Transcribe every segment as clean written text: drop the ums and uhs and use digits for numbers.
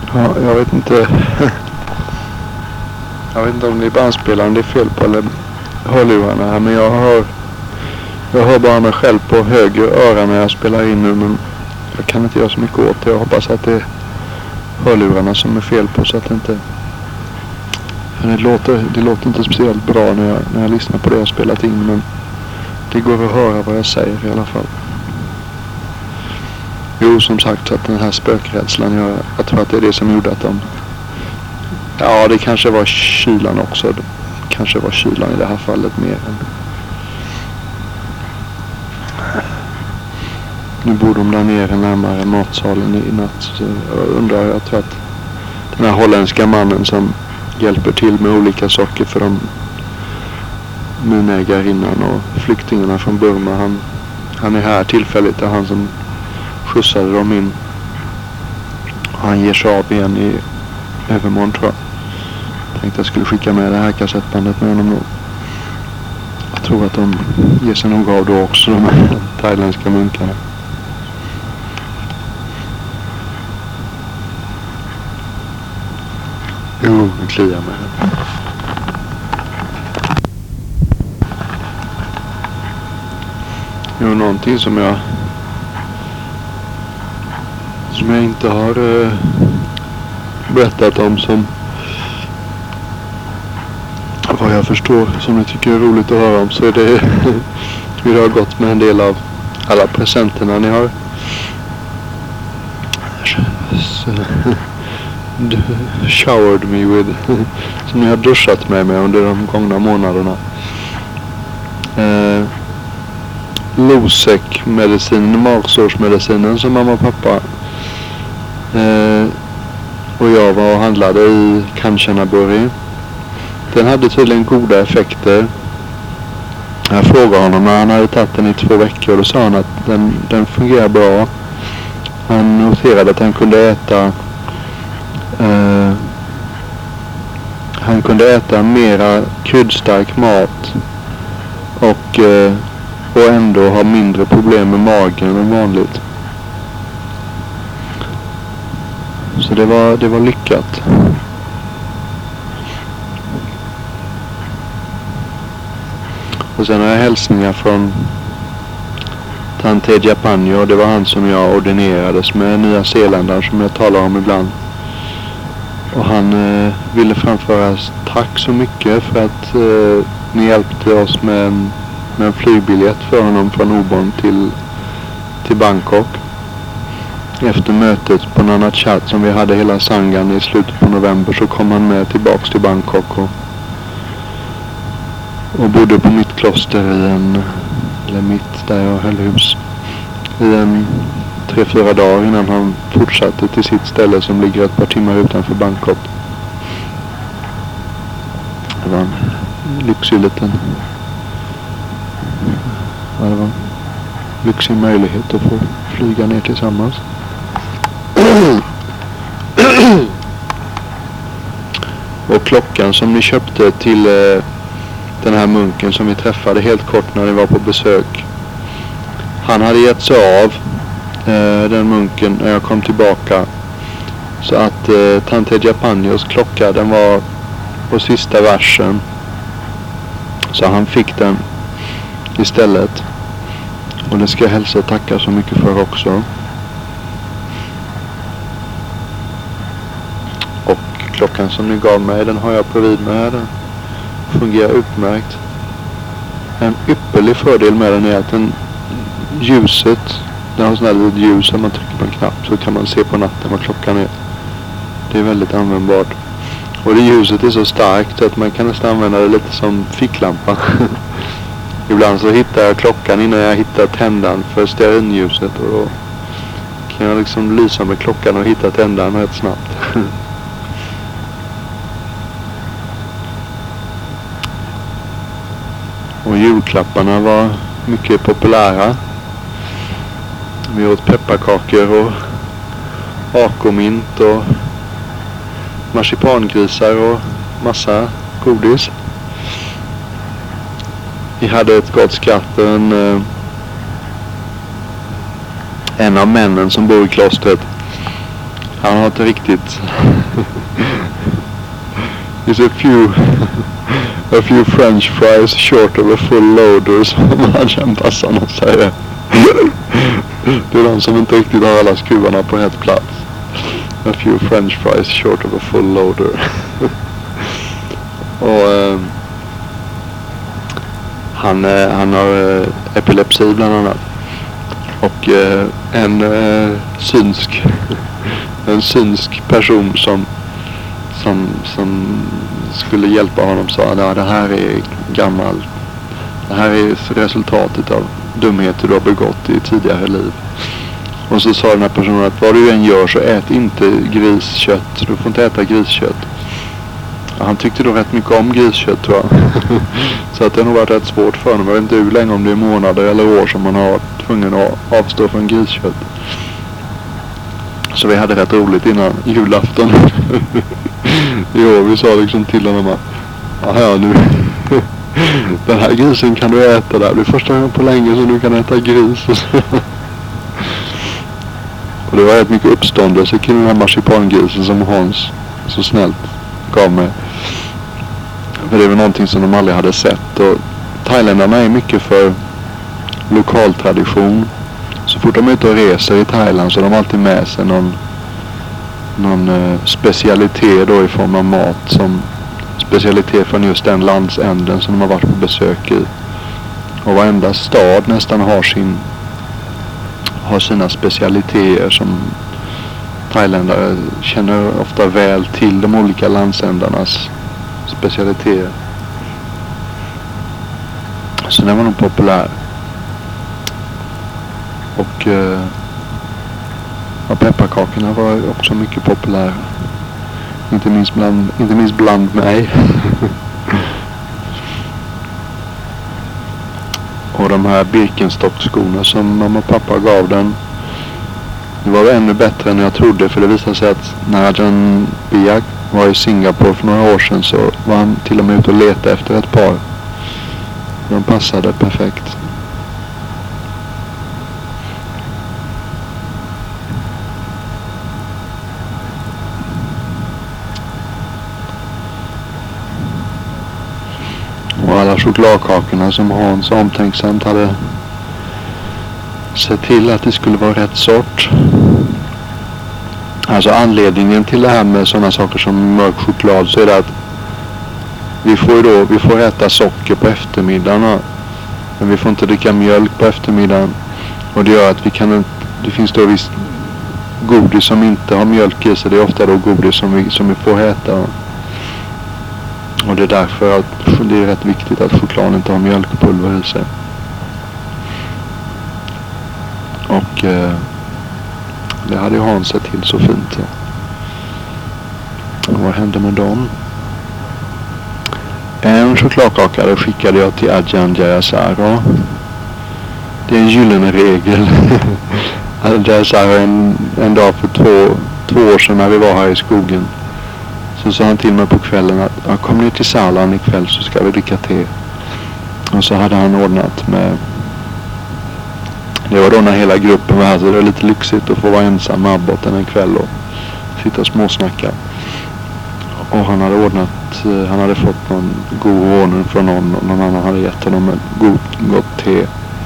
Ja, jag vet inte. Jag vet inte om det är bandspelaren det är fel på eller hörlurarna här. Men jag hör bara mig själv på höger öra när jag spelar in nu. Men jag kan inte göra så mycket åt det. Jag hoppas att det är hörlurarna som är fel på så att det inte... För det låter inte speciellt bra när jag lyssnar på det jag spelat in. Men det går att höra vad jag säger i alla fall. Jo, som sagt så att den här spökrädslan, jag tror att det är det som gjorde att de... Ja, det kanske var kylan också. Det kanske var kylan i det här fallet mer än... Nu bor de där nere närmare matsalen i natt. Så jag tror att den här holländska mannen som hjälper till med olika saker för de munägarinnan och flyktingarna från Burma. Han är här tillfälligt. Det är han som skjutsade dem in. Han ger sig av igen i övermorgon tror jag. Tänkte jag skulle skicka med det här kassettbandet med honom då. Jag tror att de ger sig nog av då också, de här thailändska munkarna. Jo, det kliar med. Jo, någonting som jag inte har berättat om som vad jag förstår som jag tycker är roligt att höra om, så är det hur det har gått med en del av alla presenterna ni har showered me with, som ni har duschat med mig under de gångna månaderna. Losec-medicinen, magsårsmedicinen som mamma och pappa och jag var och handlade i Kanchanaburi. Den hade tydligen goda effekter. Jag frågade honom när han hade tagit den i 2 veckor och då sa han att den fungerar bra. Han noterade att han kunde äta mera kryddstark mat och ändå ha mindre problem med magen än vanligt. Så det var lyckat. Och sen har jag hälsningar från Tante Japanjo. Det var han som jag ordinerades med, Nya Zeeländaren som jag talar om ibland. Och han ville framföra tack så mycket för att ni hjälpte oss med en flygbiljett för honom från Ubon till Bangkok. Efter mötet på Nana Chat som vi hade hela sangan i slutet på november så kom han med tillbaks till Bangkok och bodde på mitt kloster där jag höll hus i 3-4 dagar innan han fortsatte till sitt ställe som ligger ett par timmar utanför Bangkok. Det var en lyxig liten det var en lyxig möjlighet att få flyga ner tillsammans. Och klockan som ni köpte till den här munken som vi träffade helt kort när vi var på besök. Han hade gett sig av den munken när jag kom tillbaka. Så att Tante Japanjos klocka, den var på sista versen. Så han fick den istället. Och det ska jag hälsa och tacka så mycket för också. Och klockan som ni gav mig, den har jag bredvid mig här. Den fungerar utmärkt. En ypperlig fördel med den är att ljuset, den har sådana här litet ljus, när man trycker på en knapp så kan man se på natten vad klockan är. Det är väldigt användbart. Och det ljuset är så starkt att man kan nästan använda det lite som ficklampa. Ibland så hittar jag klockan innan jag hittar tändaren för stearinljuset och då kan jag liksom lysa med klockan och hitta tändaren rätt snabbt. Och julklapparna var mycket populära. Vi åt pepparkakor och akomint och marsipangrisar och massa godis. Vi hade ett gott skratt. En av männen som bor i klostret Han har ett riktigt It's a few french fries short of a full loader, som Arjen-passarna säger. Det är de som inte riktigt har alla skruvarna på rätt plats. A few french fries short of a full loader. Och han har epilepsi bland annat. Och en synsk person som skulle hjälpa honom sa att det här är det här är resultatet av dumheter du har begått i tidigare liv. Och så sa den här personen att vad du än gör så ät inte griskött. Du får inte äta griskött. Han tyckte då rätt mycket om griskött, tror jag. Så att det har nog varit rätt svårt för honom. Jag vet inte hur länge, om det är månader eller år som man har varit tvungen att avstå från griskött. Så vi hade rätt roligt innan julafton. I år vi sa liksom till honom att ja nu den här grisen kan du äta där. Det är första gången på länge så du kan äta gris. Och det var rätt mycket uppståndelse kring den här marsipangrisen som Hans så snällt gav mig. För det var någonting som de aldrig hade sett. Och thailändarna är mycket för lokal tradition. Så fort de är ute och reser i Thailand så har de alltid med sig någon specialitet då i form av mat, som specialitet från just den landsänden som de har varit på besök i. Och varenda stad nästan har sina specialiteter som thailändare känner ofta väl till, de olika landsändarnas specialiteter. Så den var nog populär. Och pepparkakorna var också mycket populära. Inte minst bland mig. Och de här Birkenstock-skorna som mamma och pappa gav den, det var ännu bättre än jag trodde, för det visade sig att när Ajahn Biak var i Singapore för några år sedan så var han till och med ute och letade efter ett par. De passade perfekt. Och alla chokladkakorna som Hans omtänksamt hade sett till att det skulle vara rätt sort. Alltså anledningen till det här med sådana saker som mörk choklad, så är det att vi får äta socker på eftermiddagen, men vi får inte dricka mjölk på eftermiddagen. Och det gör att det finns då visst godis som inte har mjölk i sig. Det är ofta då godis som vi får äta. Och det är därför att det är rätt viktigt att chokladen inte har mjölkpulver i sig. Och det hade ju Hans sett till så fint. Och vad hände med dem? En chokladkaka skickade jag till Ajahn Jayasara. Det är en gyllene regel. Ajahn Jayasara en dag för två år sedan när vi var här i skogen, så sa han till mig på kvällen att jag kom ner till Salan ikväll så ska vi dricka te. Och så hade han ordnat med, det var då när hela gruppen var här, så det var lite lyxigt att få vara ensam med abboten en kväll och sitta och småsnacka. Och han hade fått någon god honung från någon, och någon annan hade gett honom ett gott te.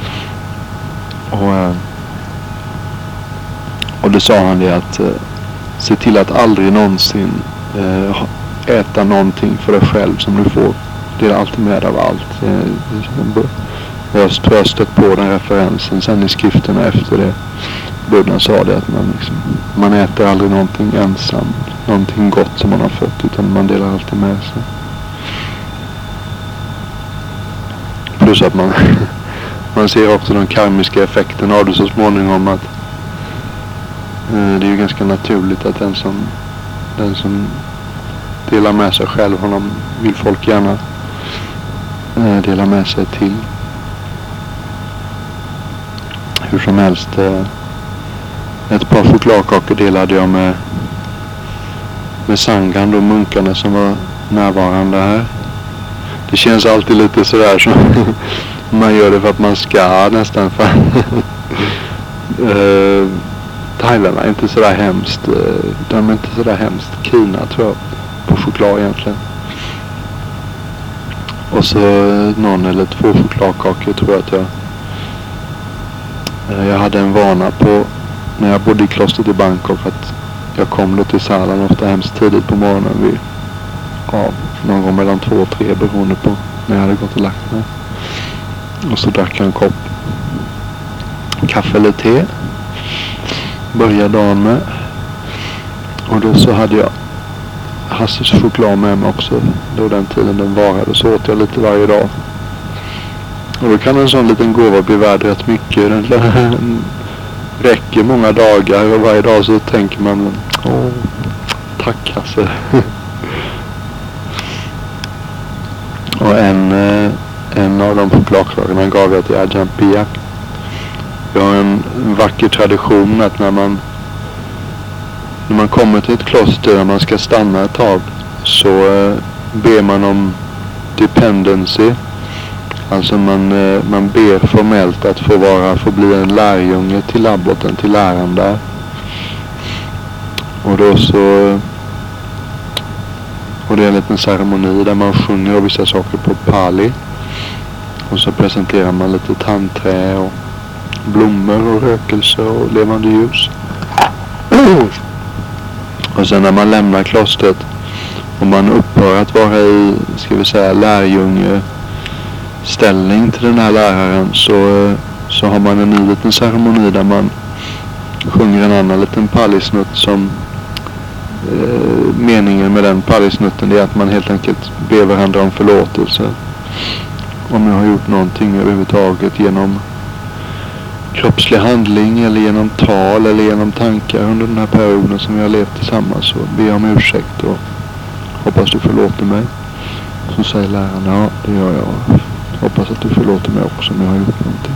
Och det sa han det att se till att aldrig någonsin äta någonting för dig själv som du får. Det är alltid med av allt. Jag tror jag stött på den referensen sen i skrifterna efter det. Buddha sa det att man äter aldrig någonting ensam, någonting gott som man har fått, utan man delar alltid med sig. Plus att man ser också den karmiska effekten av det så småningom, att det är ju ganska naturligt att den som delar med sig själv, honom vill folk gärna dela med sig till. Hur som helst, ett par chokladkakor delade jag med Sanghan och munkarna som var närvarande här. Det känns alltid lite sådär som man gör det för att man ska nästan. Thailändarna är inte sådär hemskt. De är inte sådär hemskt kina tror jag på choklad egentligen. Och så någon eller 2 chokladkakor tror jag att jag hade en vana på när jag bodde i klostret i Bangkok att jag kom då till Sälen ofta hemskt tidigt på morgonen vid någon gång mellan 2 och 3 beroende på när jag hade gått och lagt mig. Och så drack jag en kopp kaffe eller te. Började dagen med. Och då så hade jag Hasses choklad med mig också. Då den tiden den varade så åt jag lite varje dag. Och då kan en sån liten gåva bli värd rätt mycket. Den räcker många dagar och varje dag så tänker man tack Hasse. Och en av de chokladkakorna gav jag till Ajahn Piak. Vi har en vacker tradition att när man kommer till ett kloster där man ska stanna ett tag så ber man om dependency. Alltså man ber formellt att få bli en lärjunge till abboten, till läraren där. Och då så och det är en liten ceremoni där man sjunger vissa saker på pali. Och så presenterar man lite tandträ och blommor och rökelse och levande ljus. Och sen när man lämnar klostret och man upphör att vara i, ska vi säga, lärjungeställning till den här läraren så har man en ny liten ceremoni där man sjunger en annan liten palisnutt som meningen med den palisnutten är att man helt enkelt ber varandra om förlåtelse. Om jag har gjort någonting överhuvudtaget genom kroppslig handling eller genom tal eller genom tankar under den här perioden som vi har levt tillsammans, så ber jag om ursäkt och hoppas du förlåter mig. Så säger läraren, ja det gör jag. Hoppas att du förlåter mig också om jag har gjort någonting.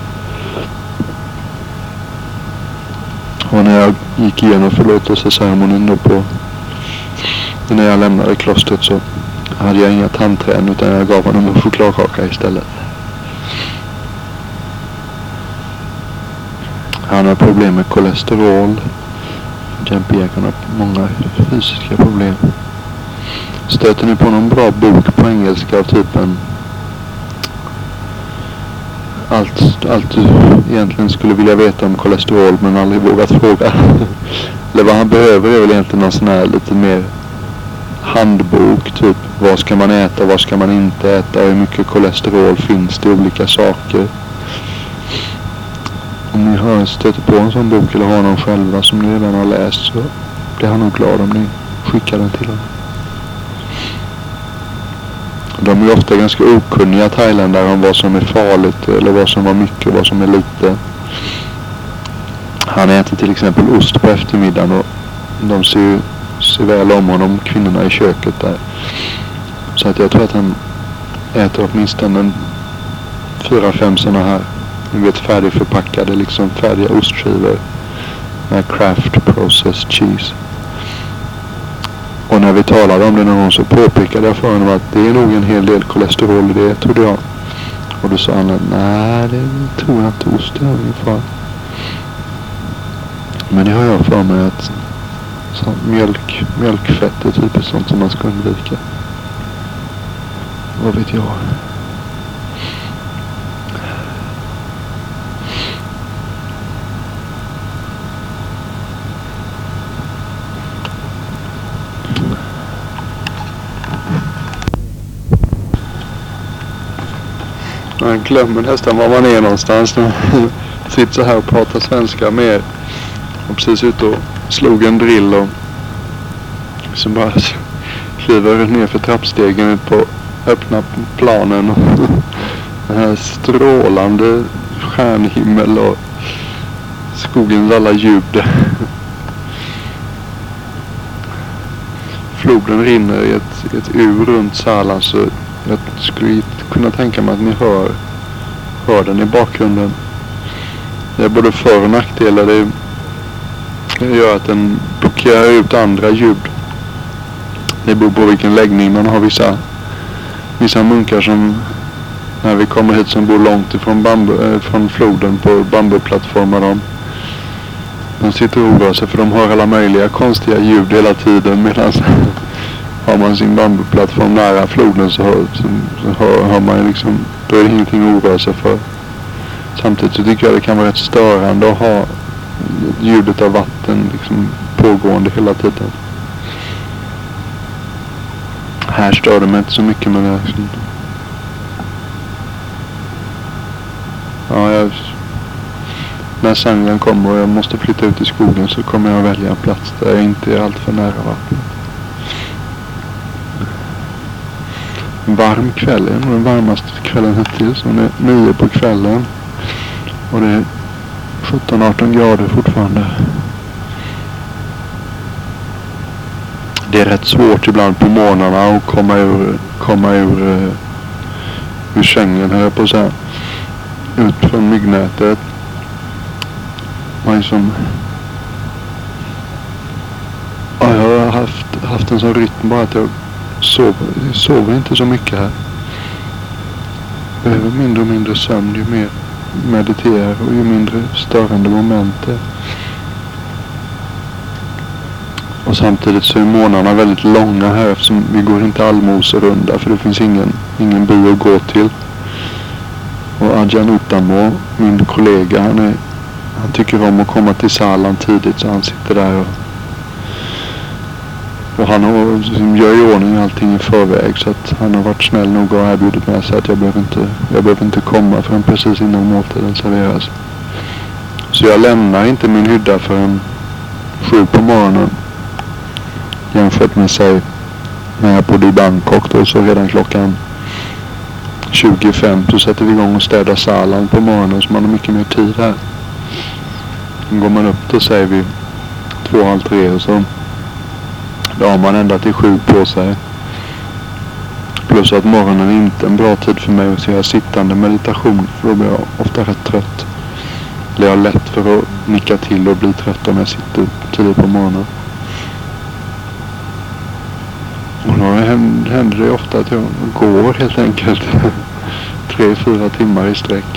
Och när jag gick igenom förlåtelseceremonin då när jag lämnade klostret så hade jag inga tandträn utan jag gav honom en chokladkaka istället. Han har problem med kolesterol. Ajahn Piak har många fysiska problem. Stöter ni på någon bra bok på engelska av typen allt du egentligen skulle vilja veta om kolesterol men aldrig vågat fråga? Eller vad han behöver är väl egentligen någon sån här lite mer handbok, typ vad ska man äta, vad ska man inte äta, hur mycket kolesterol finns det i olika saker. Om ni har stött på en sån bok eller har någon själva som ni redan har läst så blir han nog glad om ni skickar den till honom. De är ofta ganska okunniga thailändare om vad som är farligt eller vad som var mycket och vad som är lite. Han äter till exempel ost på eftermiddagen och de ser väl om honom, kvinnorna i köket där. Så att jag tror att han äter åtminstone 4-5 sådana här, ni vet, färdigförpackade, liksom färdiga ostskivor med craft processed cheese. Och när vi talade om det någon gång så påpekade jag för honom att det är nog en hel del kolesterol i det, trodde jag. Och då sa han att nej, det tror jag inte, ost är ungefär. Men det har jag för mig att mjölkfett är typ sånt som man ska undvika. Vad vet jag? Man glömmer nästan var man är någonstans när man sitter så här och pratar svenska med er. Och precis ute och slog en drill och så bara kliver ner för trappstegen ut på öppna planen och den här strålande stjärnhimmel och skogens alla ljud. Floden rinner i ett ur runt Sälen, så jag skulle kunna tänka mig att ni hör den i bakgrunden. Det är både för- och nackdelar. Det gör att den blockerar ut andra ljud. Det beror på vilken läggning man har. Vissa munkar som när vi kommer hit som bor långt ifrån från floden på bambuplattformar, de De sitter och oroar sig för de hör alla möjliga konstiga ljud hela tiden, medan har man sin bambuplattform nära floden så hör man liksom, då är det ingenting att oroa sig för. Samtidigt så tycker jag det kan vara rätt störande att ha ljudet av vatten liksom pågående hela tiden. Här stör det mig inte så mycket, men jag liksom, när sändningen kommer och jag måste flytta ut i skogen så kommer jag välja en plats där jag inte är allt för nära vatten. En varm kväll är nog den varmaste kvällen hittills. Och det är 9 på kvällen. Och det är 17-18 grader fortfarande. Det är rätt svårt ibland på morgnarna att komma ur sängen, höll jag på att säga. Ut från myggnätet. Man liksom, jag har haft en sån rytm bara att jag sover inte så mycket här. Behöver mindre och mindre sömn ju mer mediterar och ju mindre störande moment det. Och samtidigt så är månaderna väldigt långa här, eftersom vi går inte allmoserunda, för det finns ingen by att gå till. Och Ajahn Utamo, min kollega, han tycker om att komma till Salan tidigt, så han sitter där och han gör i ordning allting i förväg, så att han har varit snäll nog och erbjudit med sig att jag behöver inte komma förrän precis innan måltiden serveras. Så jag lämnar inte min hydda förrän 7 på morgonen. Jämfört med sig när jag bodde i Bangkok då, så redan klockan 25 så sätter vi igång och städar Salan på morgonen, så man har mycket mer tid här. Då går man upp, då säger vi 2:30 och så då har man ända till 7 på sig. Plus att morgonen är inte en bra tid för mig att göra sittande meditation, för då blir jag ofta rätt trött. Eller jag har lätt för att nicka till och bli trött om jag sitter tidigt på morgonen. Och då händer det ofta att jag går helt enkelt 3-4 timmar i sträck.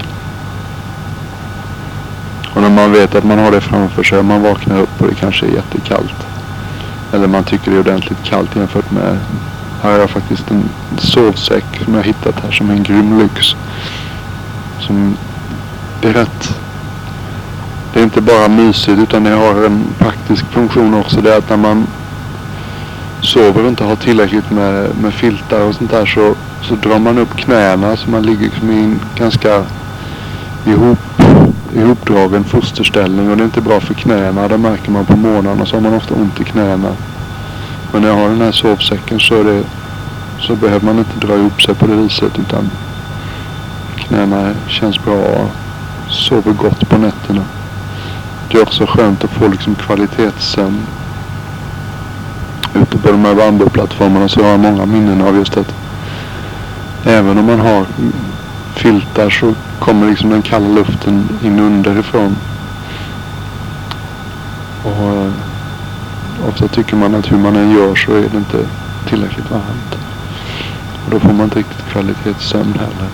Och när man vet att man har det framför sig, man vaknar upp och det kanske är jättekallt. Eller man tycker det är ordentligt kallt jämfört med, här har jag faktiskt en sovsäck som jag hittat här som är en grym lyx. Som det är rätt, det är inte bara mysigt utan det har en praktisk funktion också. Det är att när man sover och inte har tillräckligt med filtar och sånt där, så drar man upp knäna, så man ligger liksom i en ganska ihopdragen fosterställning, och det är inte bra för knäna. Det märker man på morgonen, och så har man ofta ont i knäna. Men när jag har den här sovsäcken så behöver man inte dra ihop sig på det viset, utan knäna känns bra och sover gott på nätterna. Det är också skönt att få liksom kvalitetssömn. Ute på de här bambuplattformarna så har jag många minnen av just att även om man har filtar så kommer liksom den kalla luften in underifrån. Och ofta tycker man att hur man än gör så är det inte tillräckligt varmt. Och då får man inte riktigt kvalitetssömn heller.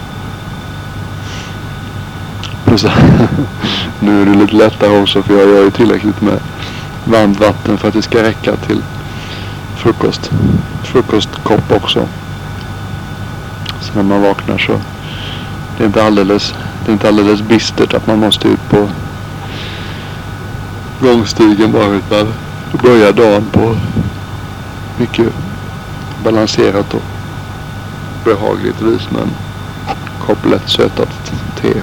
Plus nu är det lite lättare också, för jag gör ju tillräckligt med varmt vatten för att det ska räcka till frukostkopp också. Så när man vaknar så det är inte alldeles bistert att man måste ut på gångstigen bara, utan börja dagen på mycket balanserat och behagligt vis med en kopp lätt sötat te.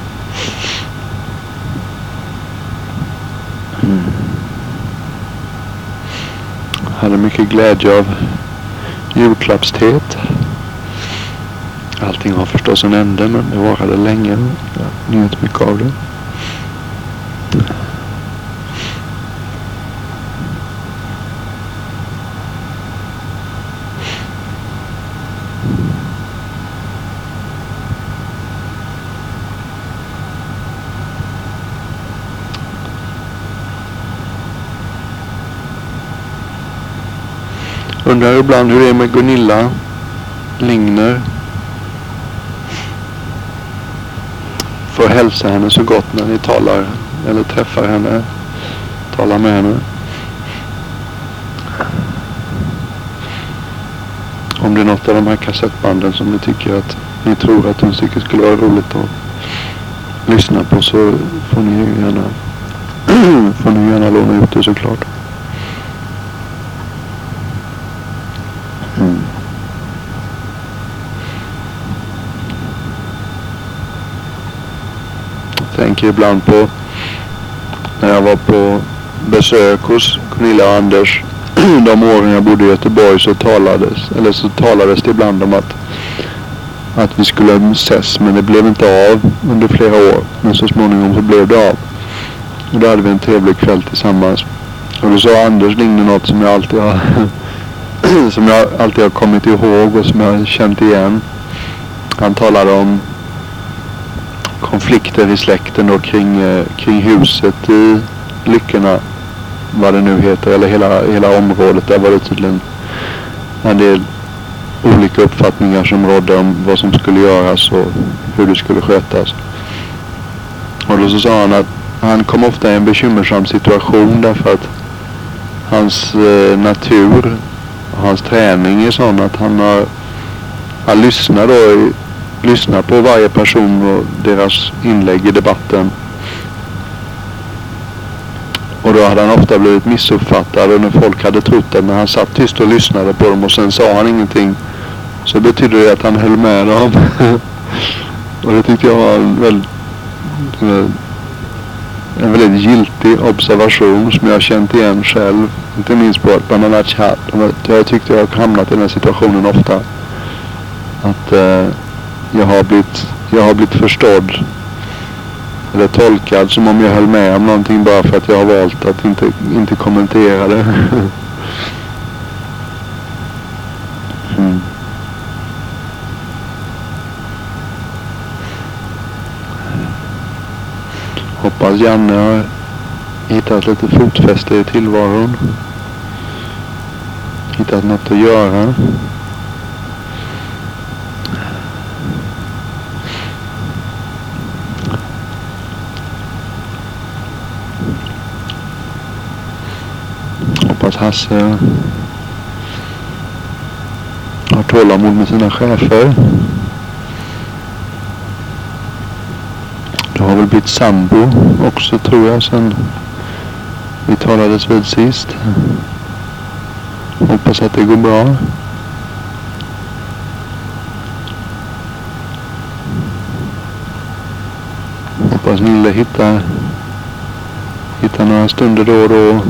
Jag hade mycket glädje av julklappsteet. Allting har förstås en ände, men det varade länge. Jag njöt mycket av det. Undrar ibland hur det är med Gunilla Lingner. Får hälsa henne så gott när ni talar eller träffar henne. samtala med henne. Om det är något av de här kassettbanden som ni tycker att ni tror att de tycker skulle vara roligt att lyssna på, så får ni gärna låna ut det såklart. Jag tänker ibland på när jag var på besök hos Gunilla och Anders de åren jag bodde i Göteborg, så talades det ibland om att vi skulle ses, men det blev inte av under flera år. Men så småningom så blev det av. Och då hade vi en trevlig kväll tillsammans. Och då sa Anders Ligne något som jag alltid har kommit ihåg och som jag har känt igen. Han talade om konflikter i släkten då kring huset i Lyckorna, vad det nu heter, eller hela området. Där var det tydligen en del olika uppfattningar som rådde om vad som skulle göras och hur det skulle skötas. Och då så sa han att han kom ofta i en bekymmersam situation därför att hans natur och hans träning är sån att han lyssnar på varje person och deras inlägg i debatten. Och då hade han ofta blivit missuppfattad, och när folk hade trott att när han satt tyst och lyssnade på dem och sen sa han ingenting, så betyder det att han höll med dem. Och det tyckte jag var en väldigt giltig observation som jag har känt igen själv. Inte minst på bland annat chatt. Jag tyckte jag har hamnat i den här situationen ofta. Att jag har blivit förstådd eller tolkad som om jag höll med om någonting bara för att jag har valt att inte kommentera det. Hoppas Janne har hittat lite fotfäste i tillvaron. Hittat något att göra. Hoppas Hasse har tålamod med sina chefer. Du har väl blivit sambo också, tror jag, sen vi talades vid sist. Hoppas att det går bra. Hoppas Nille hittar några stunder då och då.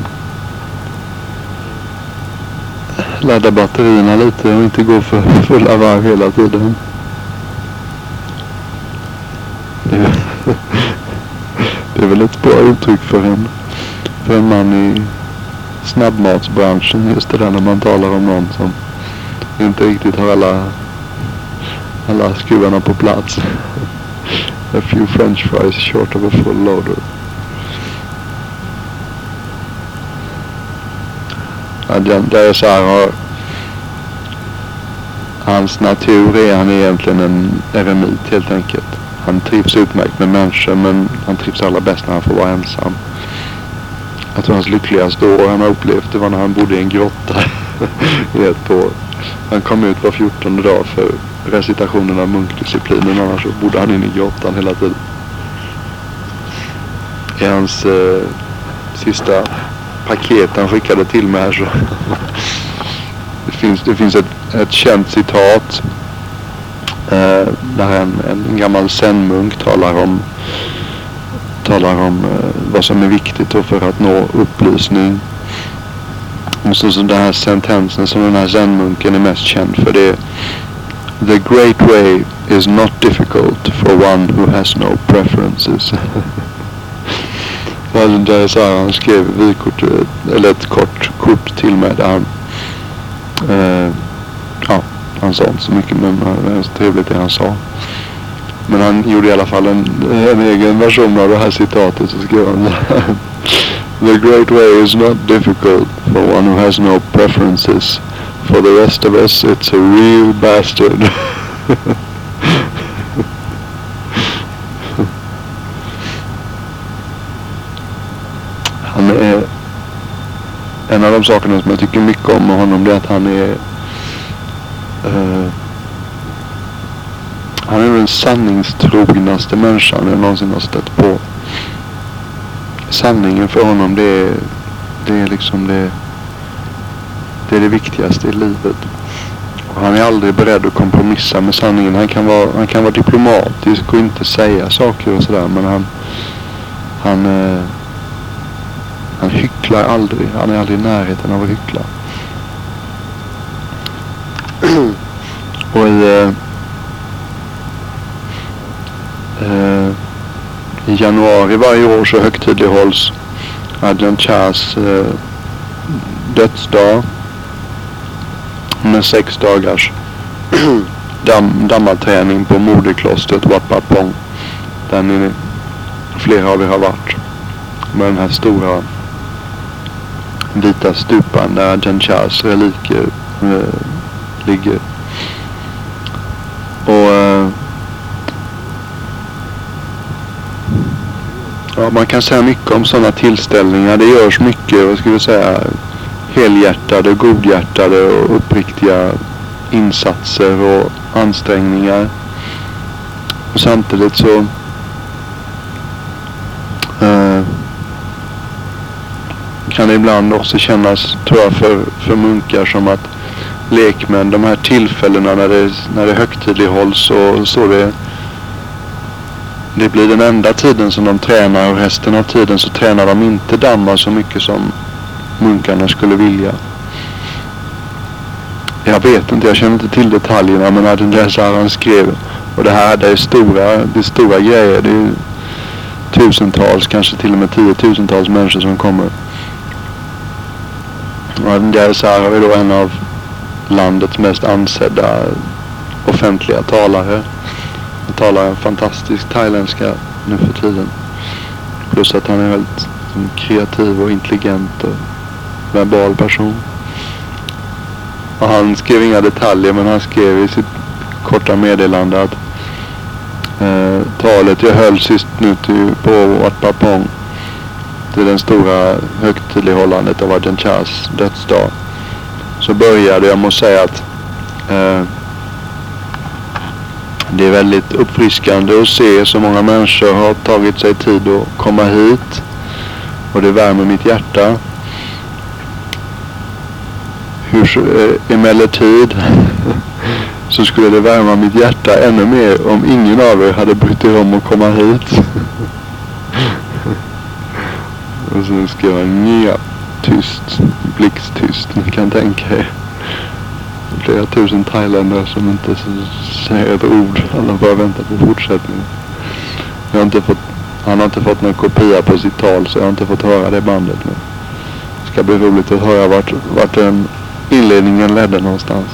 Ladda batterierna lite och inte gå för fulla varv hela tiden. Det är väl ett bra uttryck för en man i snabbmatsbranschen, just det där när man talar om någon som inte riktigt har alla skruvarna på plats. A few french fries short of a full loader. Där är så här, hans natur är han egentligen en eremit helt enkelt. Han trivs utmärkt med människor, men han trivs allra bäst när han får vara ensam. Jag tror hans lyckligaste år han har upplevt, det var när han bodde i en grotta i ett år. Han kom ut var 14:e dag för recitationen av munkdisciplinen, annars så bodde han inne i grottan hela tiden. I hans sista paket han skickade till mig här så det finns ett känt citat där en gammal zen-munk talar om vad som är viktigt för att nå upplysning. Och så den här sentensen som den här zen-munken är mest känd för, det är: The great way is not difficult for one who has no preferences. Han skrev vykort, eller ett kort till mig där han sa inte så mycket, men det var så trevligt det han sa. Men han gjorde i alla fall en egen version av det här citatet, så skrev han: The great way is not difficult for one who has no preferences. For the rest of us it's a real bastard. Han är en av de sakerna som jag tycker mycket om med honom, det är att han är den sanningstrognaste människan jag någonsin har stött på. Sanningen för honom, det är liksom det är det viktigaste i livet. Och han är aldrig beredd att kompromissa med sanningen. Han kan vara diplomatisk och inte säga saker och sådär, men han hycklar aldrig. Han är aldrig i närheten av att hyckla. Och i januari varje år så högtidlighålls Ajahn Chahs dödsdag med 6 dagars dammaträning på moderklostret Wat Pah Pong, där flera av er har varit, med den här stora vita stupan där Ajahn Chahs reliker ligger. Och ja, man kan säga mycket om sådana tillställningar. Det görs mycket, vad ska vi säga, helhjärtade, godhjärtade och uppriktiga insatser och ansträngningar. Och samtidigt så kan det ibland också kännas, tror jag, för munkar som att lekmän, de här tillfällena när det högtidlighålls och så det blir den enda tiden som de tränar, och resten av tiden så tränar de inte Dhamma så mycket som munkarna skulle vilja. Jag vet inte, jag känner inte till detaljerna, men att den han skrev, och det är stora grejer. Det är tusentals, kanske till och med 10-tusentals människor som kommer. Och den är då en av landets mest ansedda offentliga talare. Han talar fantastisk thailändska nu för tiden. Plus att han är väldigt kreativ och intelligent och verbal person. Och han skrev inga detaljer, men han skrev i sitt korta meddelande att talet jag höll sist nu på Wat Pah Pong, till den stora högtidlighållandet av Ajahn Chahs dödsdag, så började jag med att säga att det är väldigt uppfriskande att se så många människor har tagit sig tid att komma hit, och det värmer mitt hjärta. Emellertid så skulle det värma mitt hjärta ännu mer om ingen av er hade brytt er om att komma hit. Och så skrev jag tyst, blixttyst. Ni kan tänka er flera tusen thailändare som inte säger ett ord. Alla bara väntar på fortsättningen. Han har inte fått någon kopia på sitt tal, så jag har inte fått höra det bandet nu. Det ska bli roligt att höra vart den inledningen ledde någonstans.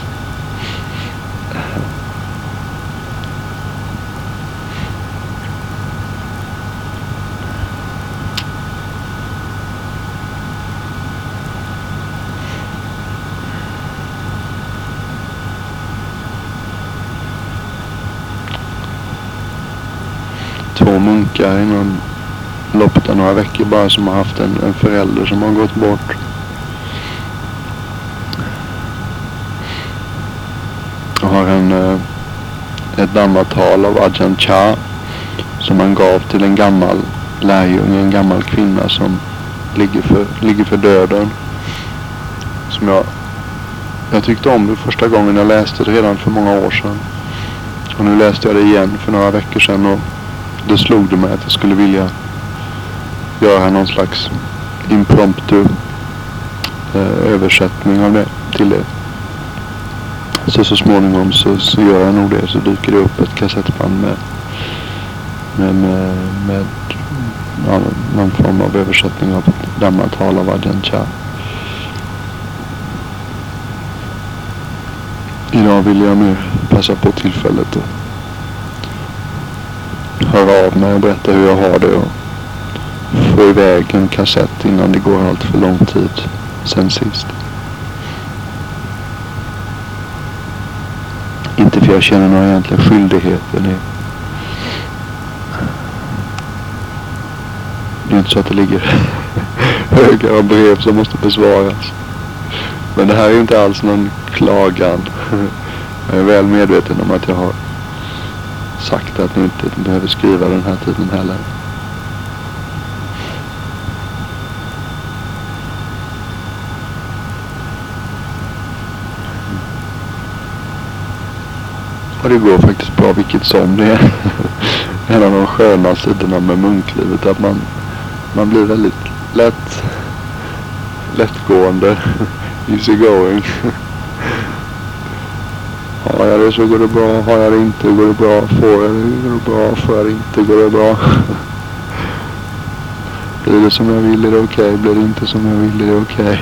Två munkar inom loppet av några veckor bara, som har haft en förälder som har gått bort. Jag har ett dammatal av Ajahn Chah som han gav till en gammal lärjunge, en gammal kvinna som ligger för döden. Som jag tyckte om det första gången jag läste det redan för många år sedan. Och nu läste jag det igen för några veckor sedan, och då slog det mig att jag skulle vilja göra någon slags impromptu översättning av det till det. Så småningom så gör jag nog det, så dyker det upp ett kassettband med någon form av översättning av Dhammatal av Ajahn Chah. Idag vill jag mer passa på tillfället och höra av mig och berätta hur jag har det, och få iväg en kassett innan det går allt för lång tid sen sist. Inte för jag känner några egentliga skyldigheter. Det är inte så att det ligger högar av brev som måste besvaras. Men det här är ju inte alls någon klagan. Jag är väl medveten om att jag har sagt att ni inte behöver skriva den här tiden heller. Och det går faktiskt bra vilket som det är. En av de sköna sidorna med munklivet är att man blir väldigt lättgående, easy going. Har jag det så går det bra, har jag det inte går det bra, får jag det går det bra, får jag det inte går det bra. Blir det som jag vill är det okej, blir det inte som jag vill är det okej.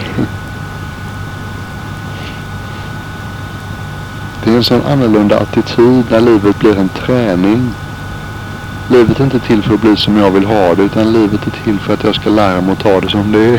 Det är en sån annorlunda attityd när livet blir en träning. Livet är inte till för att bli som jag vill ha det, utan livet är till för att jag ska lära mig att ta det som det är.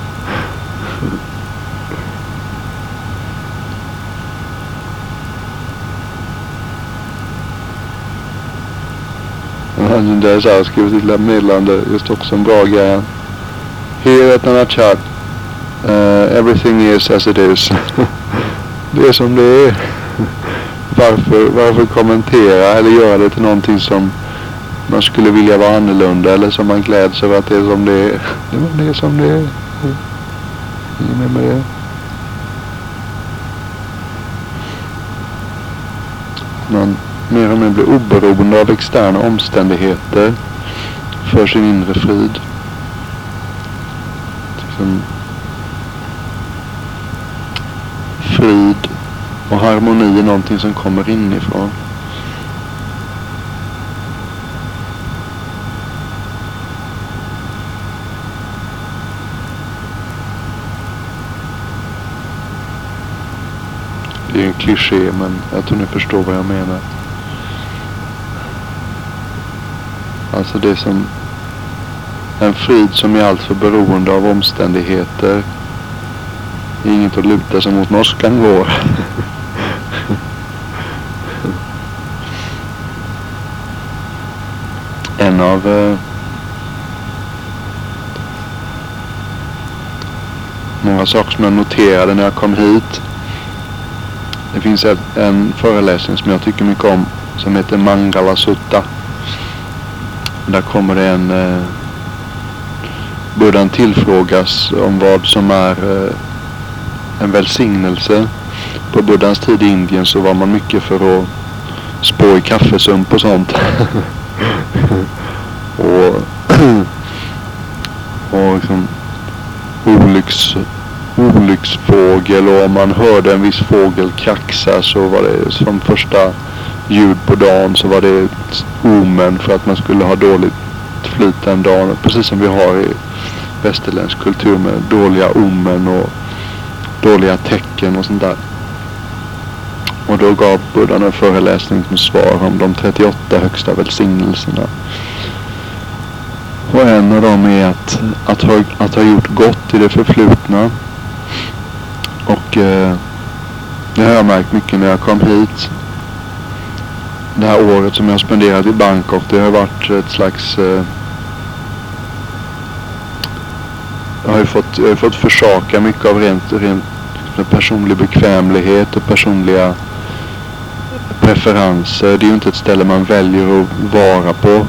Det är så här, skrivit till ett meddelande, just också en bra grej. Here at Nana Chat, everything is as it is. Det är som det är. Varför kommentera eller göra det till någonting som man skulle vilja vara annorlunda, eller som man gläds över att det är som det är. Det är som det är. Inget med det. Man mer och mer blir oberoende av externa omständigheter för sin inre frid. Frid och harmoni är någonting som kommer inifrån. Det är en kliché, men jag tror ni förstår vad jag menar. Alltså det är som en frid som är alltför beroende av omständigheter. Det är inget att luta sig mot, norskan går. En av några saker som jag noterade när jag kom hit. Det finns en föreläsning som jag tycker mycket om som heter Mangala Sutta. Där kommer det Buddhan tillfrågas om vad som är en välsignelse. På Buddhans tid i Indien så var man mycket för att spå i kaffesump och sånt. och liksom olycksfågel, och om man hörde en viss fågel kraxa så var det som första ljud på dagen, så var det ett omen för att man skulle ha dåligt flyt den dagen. Precis som vi har i västerländsk kultur med dåliga omen och dåliga tecken och sånt där. Och då gav Buddhan en föreläsning som svar om de 38 högsta välsignelserna. Och en av dem är att ha gjort gott i det förflutna. Och det har jag märkt mycket när jag kom hit. Det här året som jag har spenderat i Bangkok, det har varit ett slags... jag har ju fått försaka mycket av rent personlig bekvämlighet och personliga preferenser. Det är ju inte ett ställe man väljer att vara på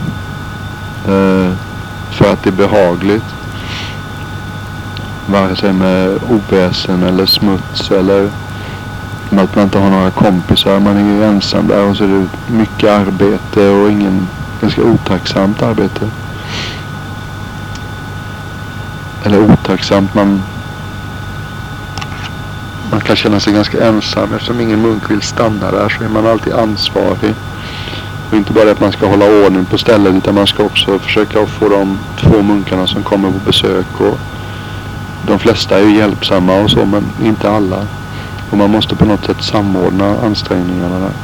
för att det är behagligt. Vare sig med oväsen eller smuts eller att man inte har några kompisar. Man är ju ensam där, och så är det mycket arbete och ganska otacksamt arbete. Eller otacksamt, man kan känna sig ganska ensam. Eftersom ingen munk vill stanna där så är man alltid ansvarig. Och inte bara att man ska hålla ordning på stället, utan man ska också försöka få de 2 munkarna som kommer på besök. Och de flesta är ju hjälpsamma och så, men inte alla. Och man måste på något sätt samordna ansträngningarna där.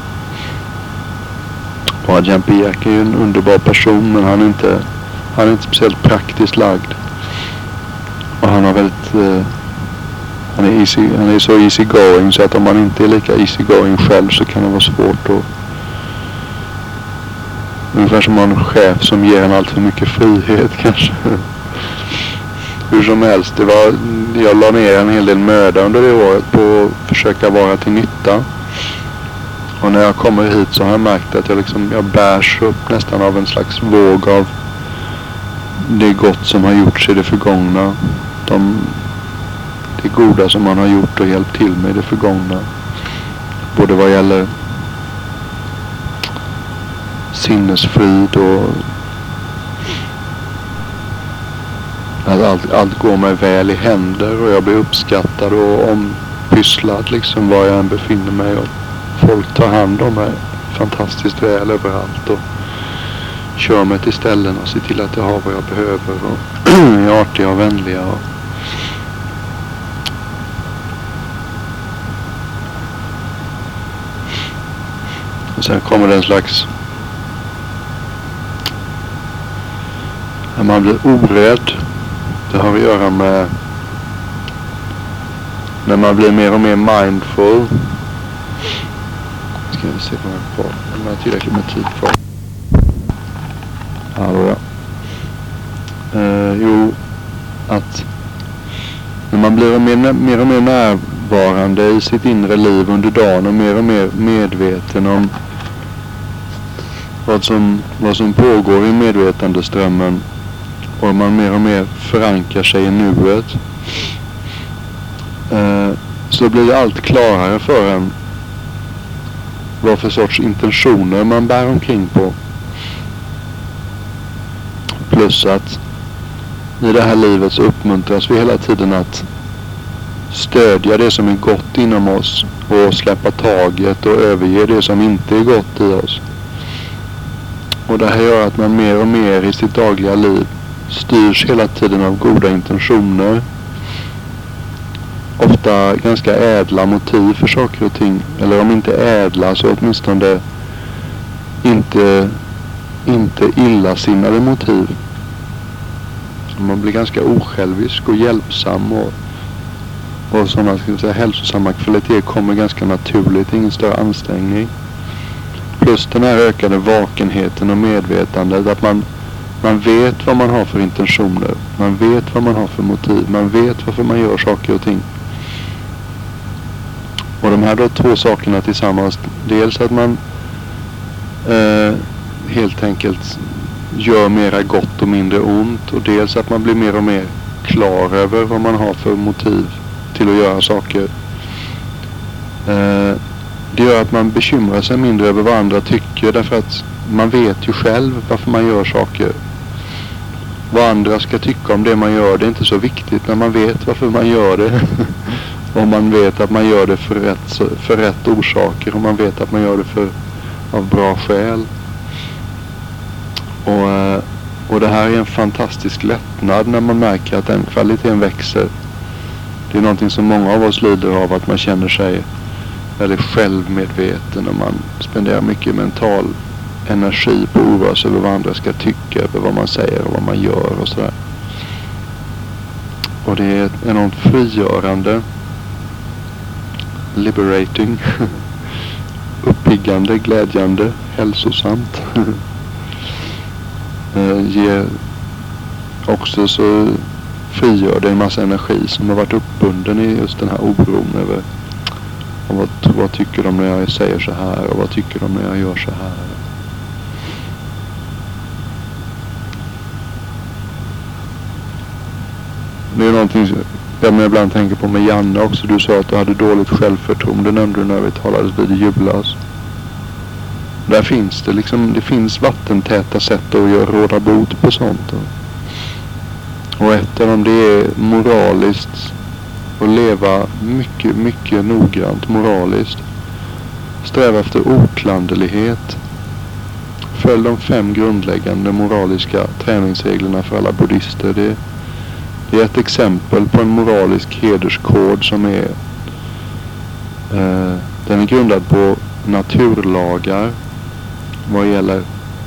Och Ajahn Piak är ju en underbar person, men han är inte speciellt praktiskt lagd. Och han är så easy going, så att om man inte är lika easy going själv så kan det vara svårt att... Ungefär som en chef som ger en allt för mycket frihet kanske. hur som helst, jag la ner en hel del möda under det året på att försöka vara till nytta. Och när jag kommer hit så har jag märkt att jag bärs upp nästan av en slags våg av det gott som har gjorts i det förgångna. Det goda som man har gjort och hjälpt till med i det förgångna. Både vad gäller sinnesfrid och att allt går mig väl i händer och jag blir uppskattad och ompysslad liksom var jag än befinner mig, och folk tar hand om mig fantastiskt väl överallt och kör mig till ställen och ser till att jag har vad jag behöver och är artiga och vänliga och sen kommer det en slags, när man blir orädd, det har att göra med när man blir mer och mer mindful. Ska vi se vad jag har kvar, om jag har tillräckligt med tid kvar. Hallå ja. Att när man blir mer och mer närvarande i sitt inre liv under dagen och mer medveten om vad som pågår i medvetandeströmmen, och man mer och mer förankrar sig i nuet, så blir det allt klarare för en vad för sorts intentioner man bär omkring på. Plus att i det här livet så uppmuntras vi hela tiden att stödja det som är gott inom oss och släppa taget och överge det som inte är gott i oss. Och det här gör att man mer och mer i sitt dagliga liv styrs hela tiden av goda intentioner. Ofta ganska ädla motiv för saker och ting. Eller om inte ädla så åtminstone inte illasinnade motiv. Man blir ganska osjälvisk och hjälpsam och sådana, ska vi säga, hälsosamma kvaliteter kommer ganska naturligt, ingen större ansträngning. Plus den här ökade vakenheten och medvetandet att man vet vad man har för intentioner, man vet vad man har för motiv, man vet varför man gör saker och ting. Och de här då två sakerna tillsammans, dels att man helt enkelt gör mera gott och mindre ont, och dels att man blir mer och mer klar över vad man har för motiv till att göra saker. Det gör att man bekymrar sig mindre över vad andra tycker, därför att man vet ju själv varför man gör saker. Vad andra ska tycka om det man gör, det är inte så viktigt när man vet varför man gör det. Och man vet att man gör det för rätt orsaker, och man vet att man gör det av bra skäl. Och det här är en fantastisk lättnad när man märker att den kvaliteten växer. Det är någonting som många av oss lider av, att man känner sig väldigt självmedveten och man spenderar mycket mental energi på att oroa sig över vad andra ska tycka, över vad man säger och vad man gör och sådär. Och det är enormt frigörande, liberating, uppiggande, glädjande, hälsosamt. Ger också, så frigör det en massa energi som har varit uppbunden i just den här oron över vad tycker de när jag säger så här, och vad tycker de när jag gör så här. Det är någonting jag ibland tänker på med Janne också. Du sa att du hade dåligt självförtroende, nämnde du när vi talades vid i julas. Där finns det det finns vattentäta sätt att råda bot på sånt. Och ett av dem, det är moraliskt, att leva mycket, mycket noggrant moraliskt. Sträva efter oklanderlighet. Följ de 5 grundläggande moraliska träningsreglerna för alla buddhister. Det är ett exempel på en moralisk hederskod som är den är grundad på naturlagar vad gäller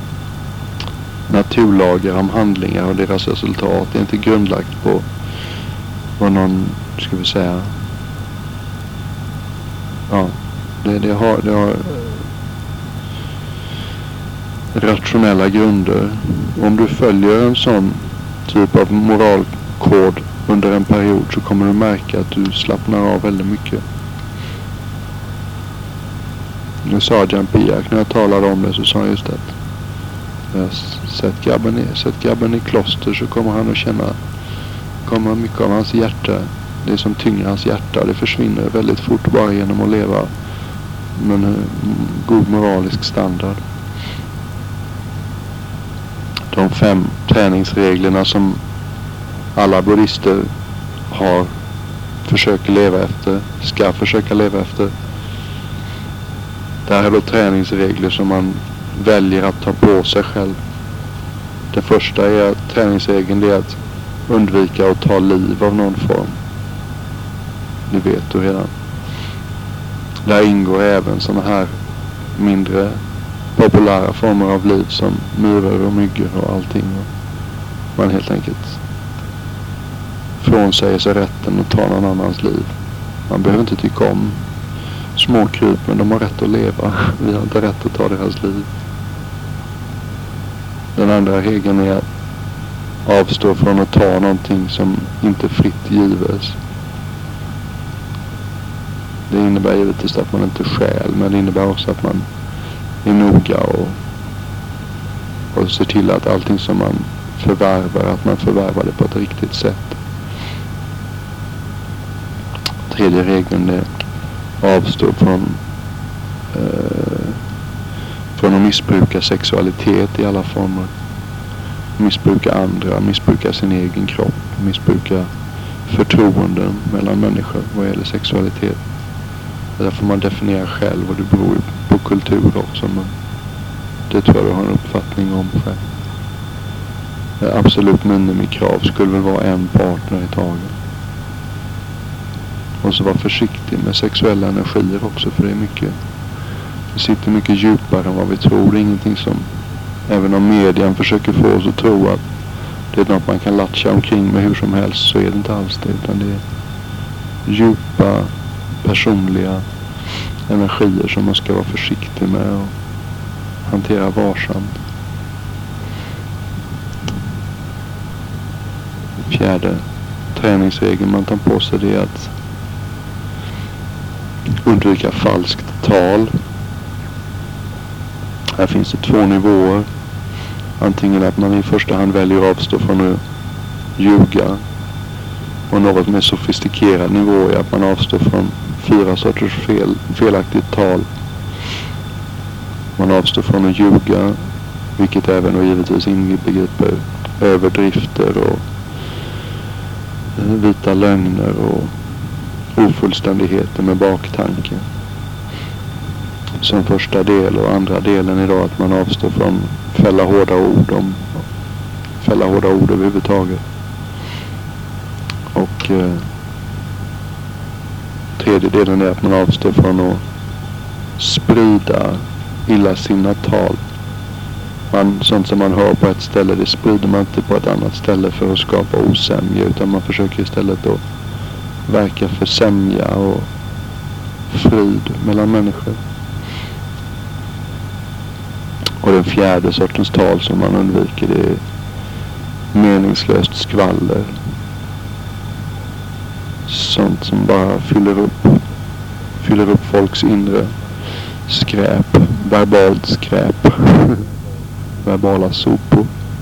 naturlagar om handlingar och deras resultat. Det är inte grundlagt på vad någon, ska vi säga, det har rationella grunder. Om du följer en sån typ av moralkod under en period så kommer du märka att du slappnar av väldigt mycket. Nu sa Jean Pierre, när jag talade om det så sa han just att sätt grabben i kloster så kommer han att känna, kommer mycket av hans hjärta, det som tynger hans hjärta, det försvinner väldigt fort bara genom att leva med en god moralisk standard. De 5 träningsreglerna som alla buddhister försöker leva efter, ska försöka leva efter. Det här är då träningsregler som man väljer att ta på sig själv. Det första är att träningsregeln är att undvika att ta liv av någon form. Det vet du redan. Där ingår även sådana här mindre populära former av liv som myror och myggor och allting. Man helt enkelt frånsäger sig rätten att ta någon annans liv. Man behöver inte tycka om små kryp, men de har rätt att leva. Vi har inte rätt att ta deras liv. Den andra regeln är att avstå från att ta någonting som inte fritt gives. Det innebär givetvis att man inte stjäl, men det innebär också att man är noga och ser till att allting som man förvärvar, att man förvärvar det på ett riktigt sätt. Tredje regeln är avstå från att missbruka sexualitet i alla former. Missbruka andra, missbruka sin egen kropp, missbruka förtroenden mellan människor vad gäller sexualitet. Där får man definiera själv, och det beror på kultur också, men det tror jag du har en uppfattning om själv. Absolut minimikrav skulle väl vara en partner i taget. Och så vara försiktig med sexuella energier också, för det sitter mycket djupare än vad vi tror. Det är ingenting som, även om medien försöker få oss att tro att det är något man kan latcha omkring med hur som helst, så är det inte alls det, utan det är djupa personliga energier som man ska vara försiktig med och hantera varsamt. Fjärde träningsregeln man tar på sig, det är att undvika falskt tal. Här finns det 2 nivåer. Antingen att man i första hand väljer att avstå från att ljuga, och något mer sofistikerad nivå är att man avstår från 4 sorters felaktigt tal. Man avstår från att ljuga, vilket även och givetvis inbegriper överdrifter och vita lögner och ofullständigheter med baktanke. Som första del, och andra delen är då att man avstår från fälla hårda ord överhuvudtaget. Och tredje delen är att man avstår från att sprida illasinnat tal. Sånt som man hör på ett ställe, det sprider man inte på ett annat ställe för att skapa osämja, utan man försöker istället att verka för sämja och frid mellan människor. Och den fjärde sortens tal som man undviker, det är meningslöst skvaller. Sånt som bara fyller upp folks inre skräp, verbalt skräp, verbala sopor.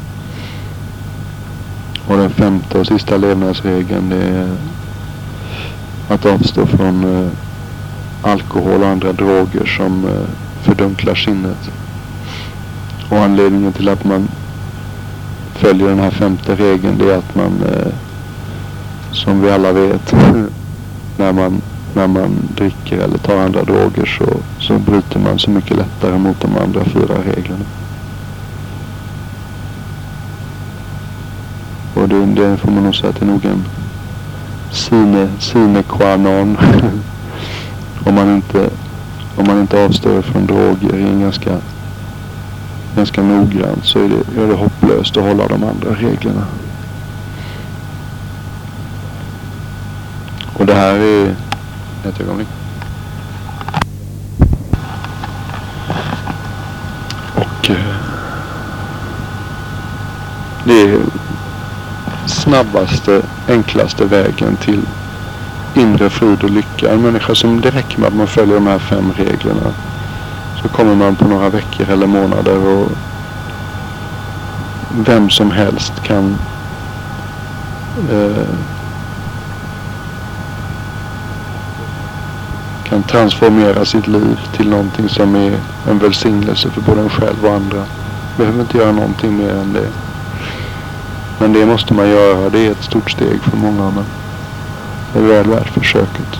Och den femte och sista levnadsregeln, det är att avstå från alkohol och andra droger som fördunklar sinnet. Och anledningen till att man följer den här femte regeln, det är att man, som vi alla vet, när man dricker eller tar andra droger så bryter man så mycket lättare mot de andra 4 reglerna. Och det får man nog säga att det är nog en sine qua non. om man inte avstår från droger i en ganska noggrant, så är det hopplöst att hålla de andra reglerna. Och det här är ett ögonblick. Och det är snabbaste, enklaste vägen till inre frid och lycka. En människa som det räcker med att man följer de här 5 reglerna, så kommer man på några veckor eller månader, och vem som helst kan transformera sitt liv till någonting som är en välsignelse för både en själv och andra. Behöver inte göra någonting mer än det. Men det måste man göra. Det är ett stort steg för många, men det är väl värt försöket.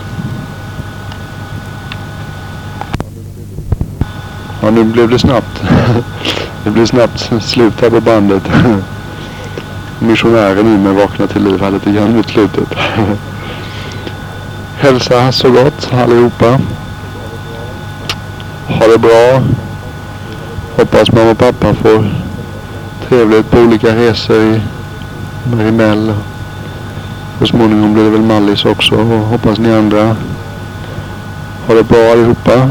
Ja, nu blev det snabbt. Det blev snabbt slut här på bandet. Missionären i mig vaknade till liv här lite grann mot slutet. Hälsa så gott allihopa. Ha det bra. Hoppas mamma och pappa får trevligt på olika resor i Marimell. Så småningom blir det väl Mallis också. Och hoppas ni andra ha det bra allihopa.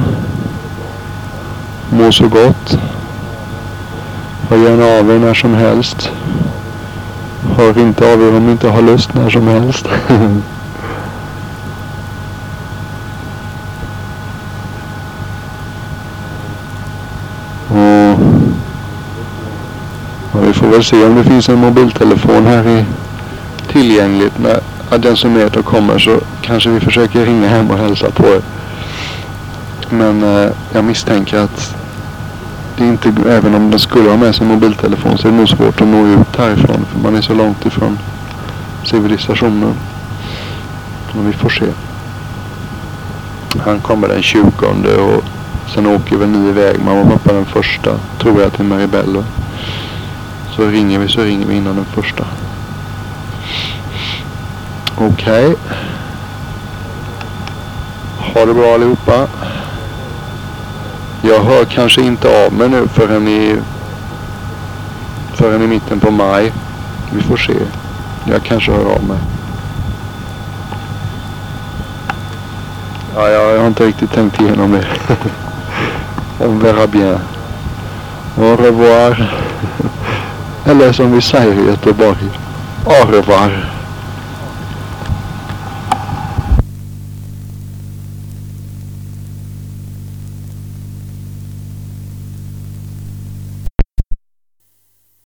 Må så gott. Hör gärna av er när som helst. Hör inte av er om ni inte har lust när som helst. Vi får väl se om det finns en mobiltelefon här i tillgängligt när den som är och kommer, så kanske vi försöker ringa hem och hälsa på er. Men jag misstänker att det inte, även om den skulle ha med sig en mobiltelefon, så är det nog svårt att nå ut härifrån, för man är så långt ifrån civilisationen. Men vi får se. Han kommer den 20:e och sen åker väl ni iväg. Mamma och pappa den 1:a, tror jag, till Maribel. Så ringer vi innan den 1:a. Okej. Ha det bra allihopa. Jag hör kanske inte av mig nu förrän i mitten på maj. Vi får se. Jag kanske hör av mig. Ja, jag har inte riktigt tänkt igenom det. On verra bien. Au revoir. Eller som vi säger i Göteborg. Au revoir.